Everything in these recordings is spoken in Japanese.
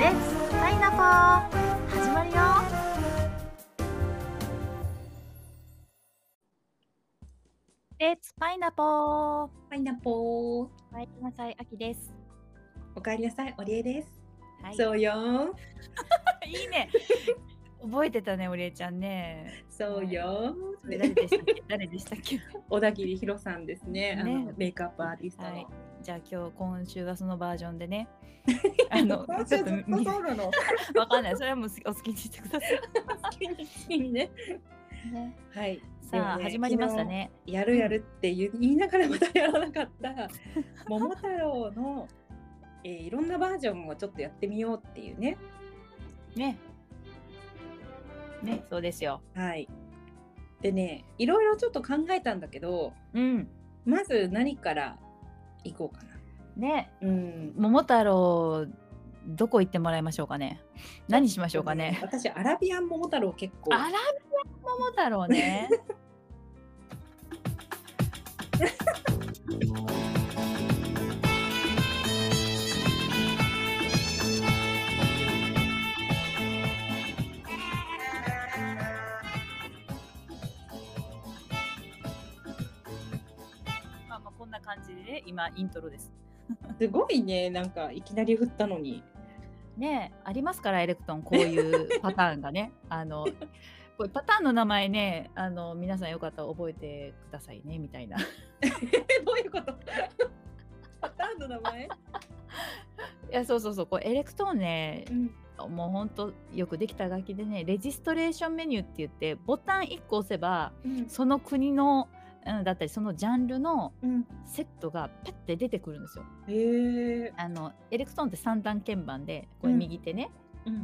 レッツパイナポー始まるよ。レッツパイナポー。 パイナポー。 おかえりなさい、あきです。 おかえりなさい、おりえです。 はい、 そうよ。 いいね。覚えてたね、おりえちゃんね。 そうよ。 それ誰でしたっけ？誰でしたっけ？ 小田切ヒロさんですね。 ねメイクアップアーティストの。 はい。じゃあ今週はそのバージョンでね。 ちょっとそうなの。 わかんない。それはもうお好きにしてください。 好きにね。 ね。 はい。 さあ、始まりましたね。 やるって言いながらまたやらなかった桃太郎の、いろんなバージョンをちょっとやってみようっていうね。 ね、そうですよ。 はい。でね、いろいろちょっと考えたんだけど、まず何からいこうかな。 ね、桃太郎どこ行ってもらいましょうかね。何しましょうかね。 私アラビアン桃太郎結構。 アラビアン桃太郎ね。まあこんな感じでね、今イントロです。 すごいね、なんかいきなり振ったのに。 ね、ありますからエレクトン、こういうパターンがね。これパターンの名前ね、皆さんよかったら覚えてくださいねみたいな。 どういうこと？パターンの名前？いや、そうこれエレクトーンね、もうほんとよくできた楽器でね、レジストレーションメニューって言ってボタン1個押せば、その国の、だったりそのジャンルのセットがパッて出てくるんですよ。エレクトーンって3段鍵盤でこれ右手ね、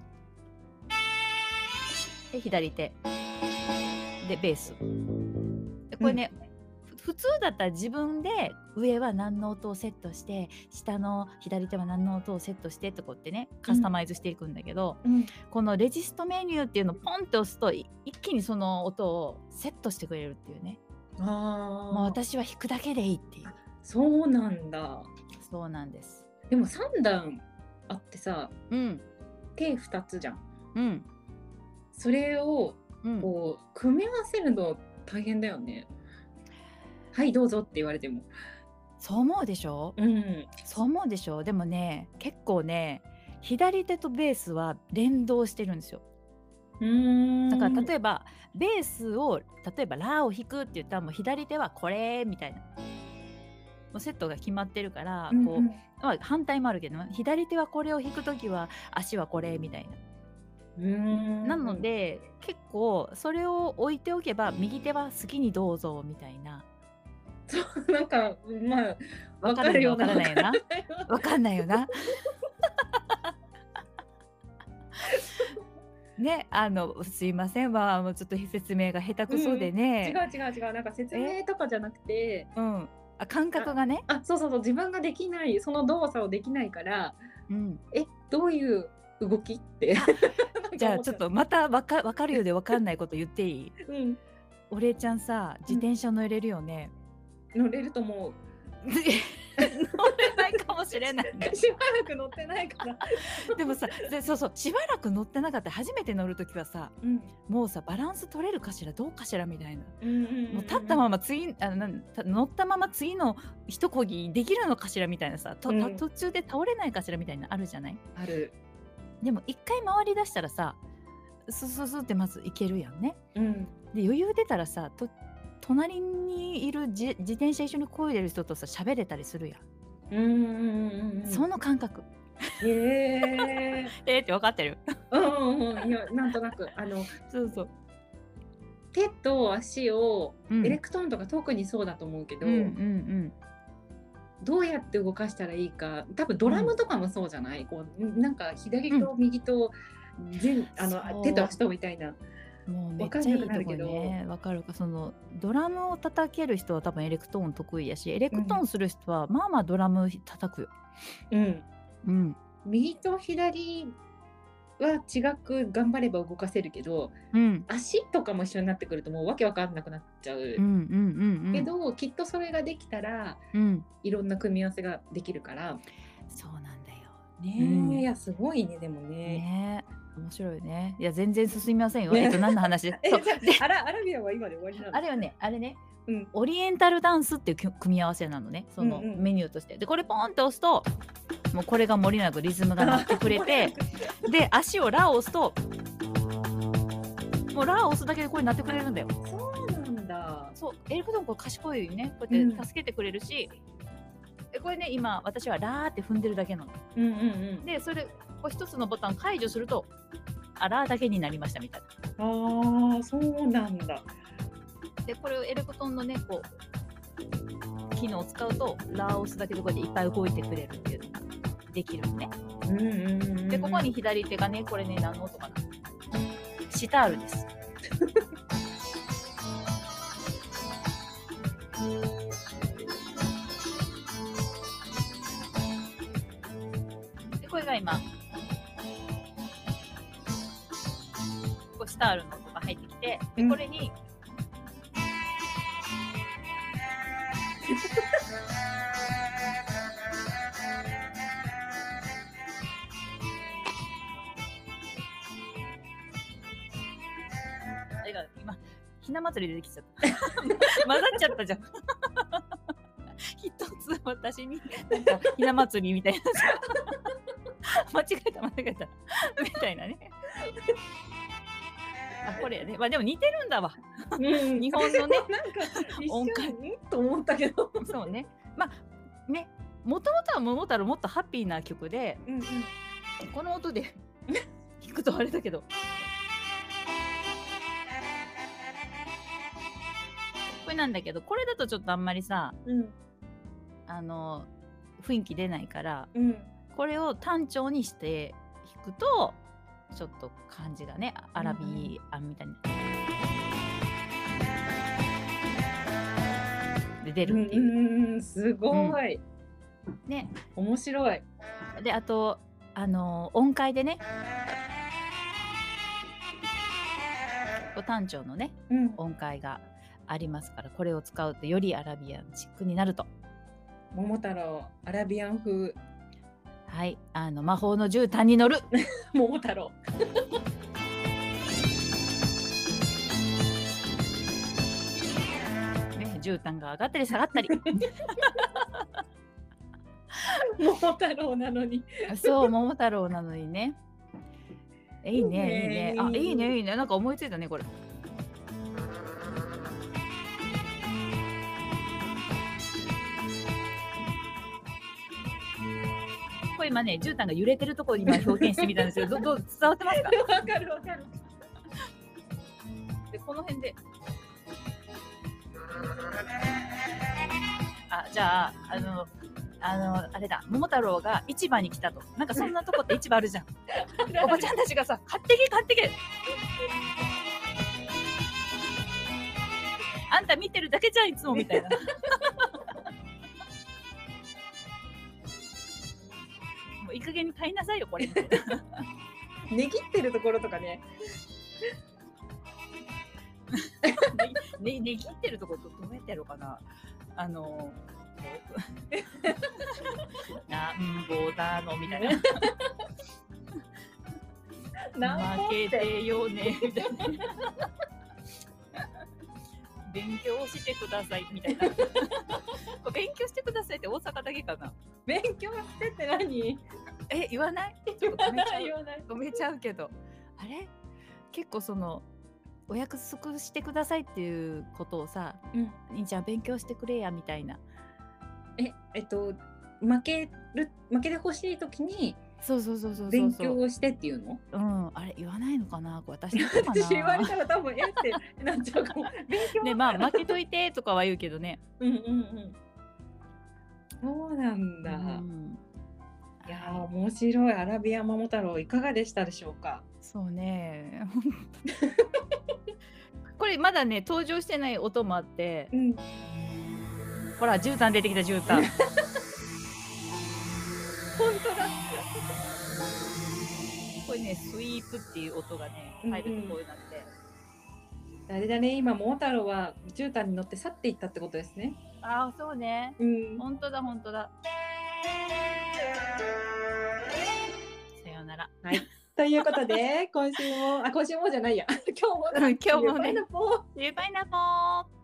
で左手でベースでこれね、普通だったら自分で上は何の音をセットして下の左手は何の音をセットしてとかってねカスタマイズしていくんだけど、このレジストメニューっていうのをポンって押すと一気にその音をセットしてくれるっていうね。もう私は弾くだけでいいっていう。 そうなんだ。 そうなんです。 でも3段あってさ、手2つじゃん。それをこう組み合わせるの大変だよね。はいどうぞって言われても。 そう思うでしょ？そう思うでしょ？でもね、結構ね、左手とベースは連動してるんですよ。だから例えばベースを例えばラを弾くって言ったらもう左手はこれみたいな。もうセットが決まってるからこう、反対もあるけど左手はこれを弾くときは足はこれみたいな。なので結構それを置いておけば右手は好きにどうぞみたいな。 そうなんかまあ分かるような分からないよな。分かんないよな。ね、すいませんもうちょっと説明が下手くそでね。 違うなんか説明とかじゃなくて、 感覚がね。 そう自分ができないその動作をできないから、どういう動きって。 じゃあちょっとまた分かるようで分かんないこと言っていい？お礼ちゃんさ、自転車乗れるよね。 乗れると思う。 乗れないかもしれないね。 しばらく乗ってないから。 でもさ、そうしばらく乗ってなかった初めて乗るときはさ、もうさバランス取れるかしらどうかしらみたいな。もう立ったまま乗ったまま次の一漕ぎできるのかしらみたいなさ、途中で倒れないかしらみたいなあるじゃない？ ある。 でも一回回り出したらさ、スってまず行けるやんね。で余裕出たらさ隣にいる自転車一緒に漕いでる人とさ喋れたりするやん。その感覚。って分かってる？ いやなんとなくそう手と足を、エレクトーンとか特にそうだと思うけど、どうやって動かしたらいいか、多分ドラムとかもそうじゃない？こうなんか左と右と手と足とみたいな。 もうめっちゃいいとこね。分かるか。そのドラムを叩ける人は多分エレクトーン得意やし、エレクトーンする人はまあドラム叩くよ。 右と左は違く頑張れば動かせるけど、足とかも一緒になってくるともうわけわかんなくなっちゃう。けどきっとそれができたら、いろんな組み合わせができるから。 そうなんだよ。 ねえ、いやすごいねでもね。 ね面白いね。いや全然進みませんよ。何の話？ そうでアラビアンは今で終わりなの？ あれはね、オリエンタルダンスっていう組み合わせなのね。そのメニューとして。でこれポンって押すと、もうこれがもりなくリズムが鳴ってくれて、で足をラを押すと、もうラを押すだけでこれ鳴ってくれるんだよ。 そうなんだ。 そう、エルフドンこれ賢いね。こうやって助けてくれるし。これね今私はラーって踏んでるだけなの。でそれこう一つのボタン解除するとラーだけになりましたみたいな。 ああそうなんだ。 でこれをエレクトーンのねこう機能を使うとラーを押すだけでこうやっていっぱい動いてくれるっていうのができるのね。でここに左手がねこれね何の音かな。シタールです。これが今こうシタールの音が入ってきて、でこれにあれが今ひな祭り出てきちゃった混ざっちゃったじゃん一つ私になんかひな祭りみたいな間違えたみたいなねこれやね。まあでも似てるんだわ。日本のね音階と思ったけど。 そうね。まあね、もともとは桃太郎もっとハッピーな曲で、この音で弾くとあれだけど。これなんだけど、これだとちょっとあんまりさ、雰囲気出ないから、これを単調にして弾くとちょっと感じがねアラビアンみたいにで出るっていう。 すごい、 ね面白い。 であと音階でね単調のね、音階がありますから、これを使うとよりアラビアンチックになると。 桃太郎アラビアン風。 はい、魔法の絨毯に乗る桃太郎ね、絨毯が上がったり下がったり桃太郎なのにそう桃太郎なのにね。いいねいいね、あいいねいいね、なんか思いついたねこれ。これ今ね絨毯が揺れてるところに今表現してみたんですけどどう伝わってますか？ わかるわかる。 でこの辺でじゃああれだ、桃太郎が市場に来たと、なんかそんなとこって市場あるじゃんおばちゃんたちがさ買ってけあんた見てるだけじゃんいつもみたいなもういい加減に買いなさいよこれねぎってるところとかねねぎってるところどうやってやろうかな。なんぼだのみたいな負けてよねみたいな勉強してくださいみたいな勉強してくださいって大阪だけかな。 勉強してって何？ 言わない？ちょっと止めちゃうけど、あれ結構そのお約束してくださいっていうことをさ、兄ちゃん勉強してくれやみたいな。 負けてほしい時にそう勉強をしてっていうの？ あれ言わないのかな、私のかな私言われたら多分ってなっちゃうかも。勉強ね、まあ負けといてとかは言うけどね。 そうなんだ。いや面白い。アラビアン桃太郎いかがでしたでしょうか？ そうねこれまだね登場してない音もあって、ほら絨毯出てきた絨毯本当だこれねスイープっていう音がね入るとこうなって、 あれだね、今桃太郎は絨毯に乗って去っていったってことですね。 そうね、本当だはい。ということで、今週もじゃないや。今日も今日もね。 ゆうパイナポー。 ゆうパイナポー。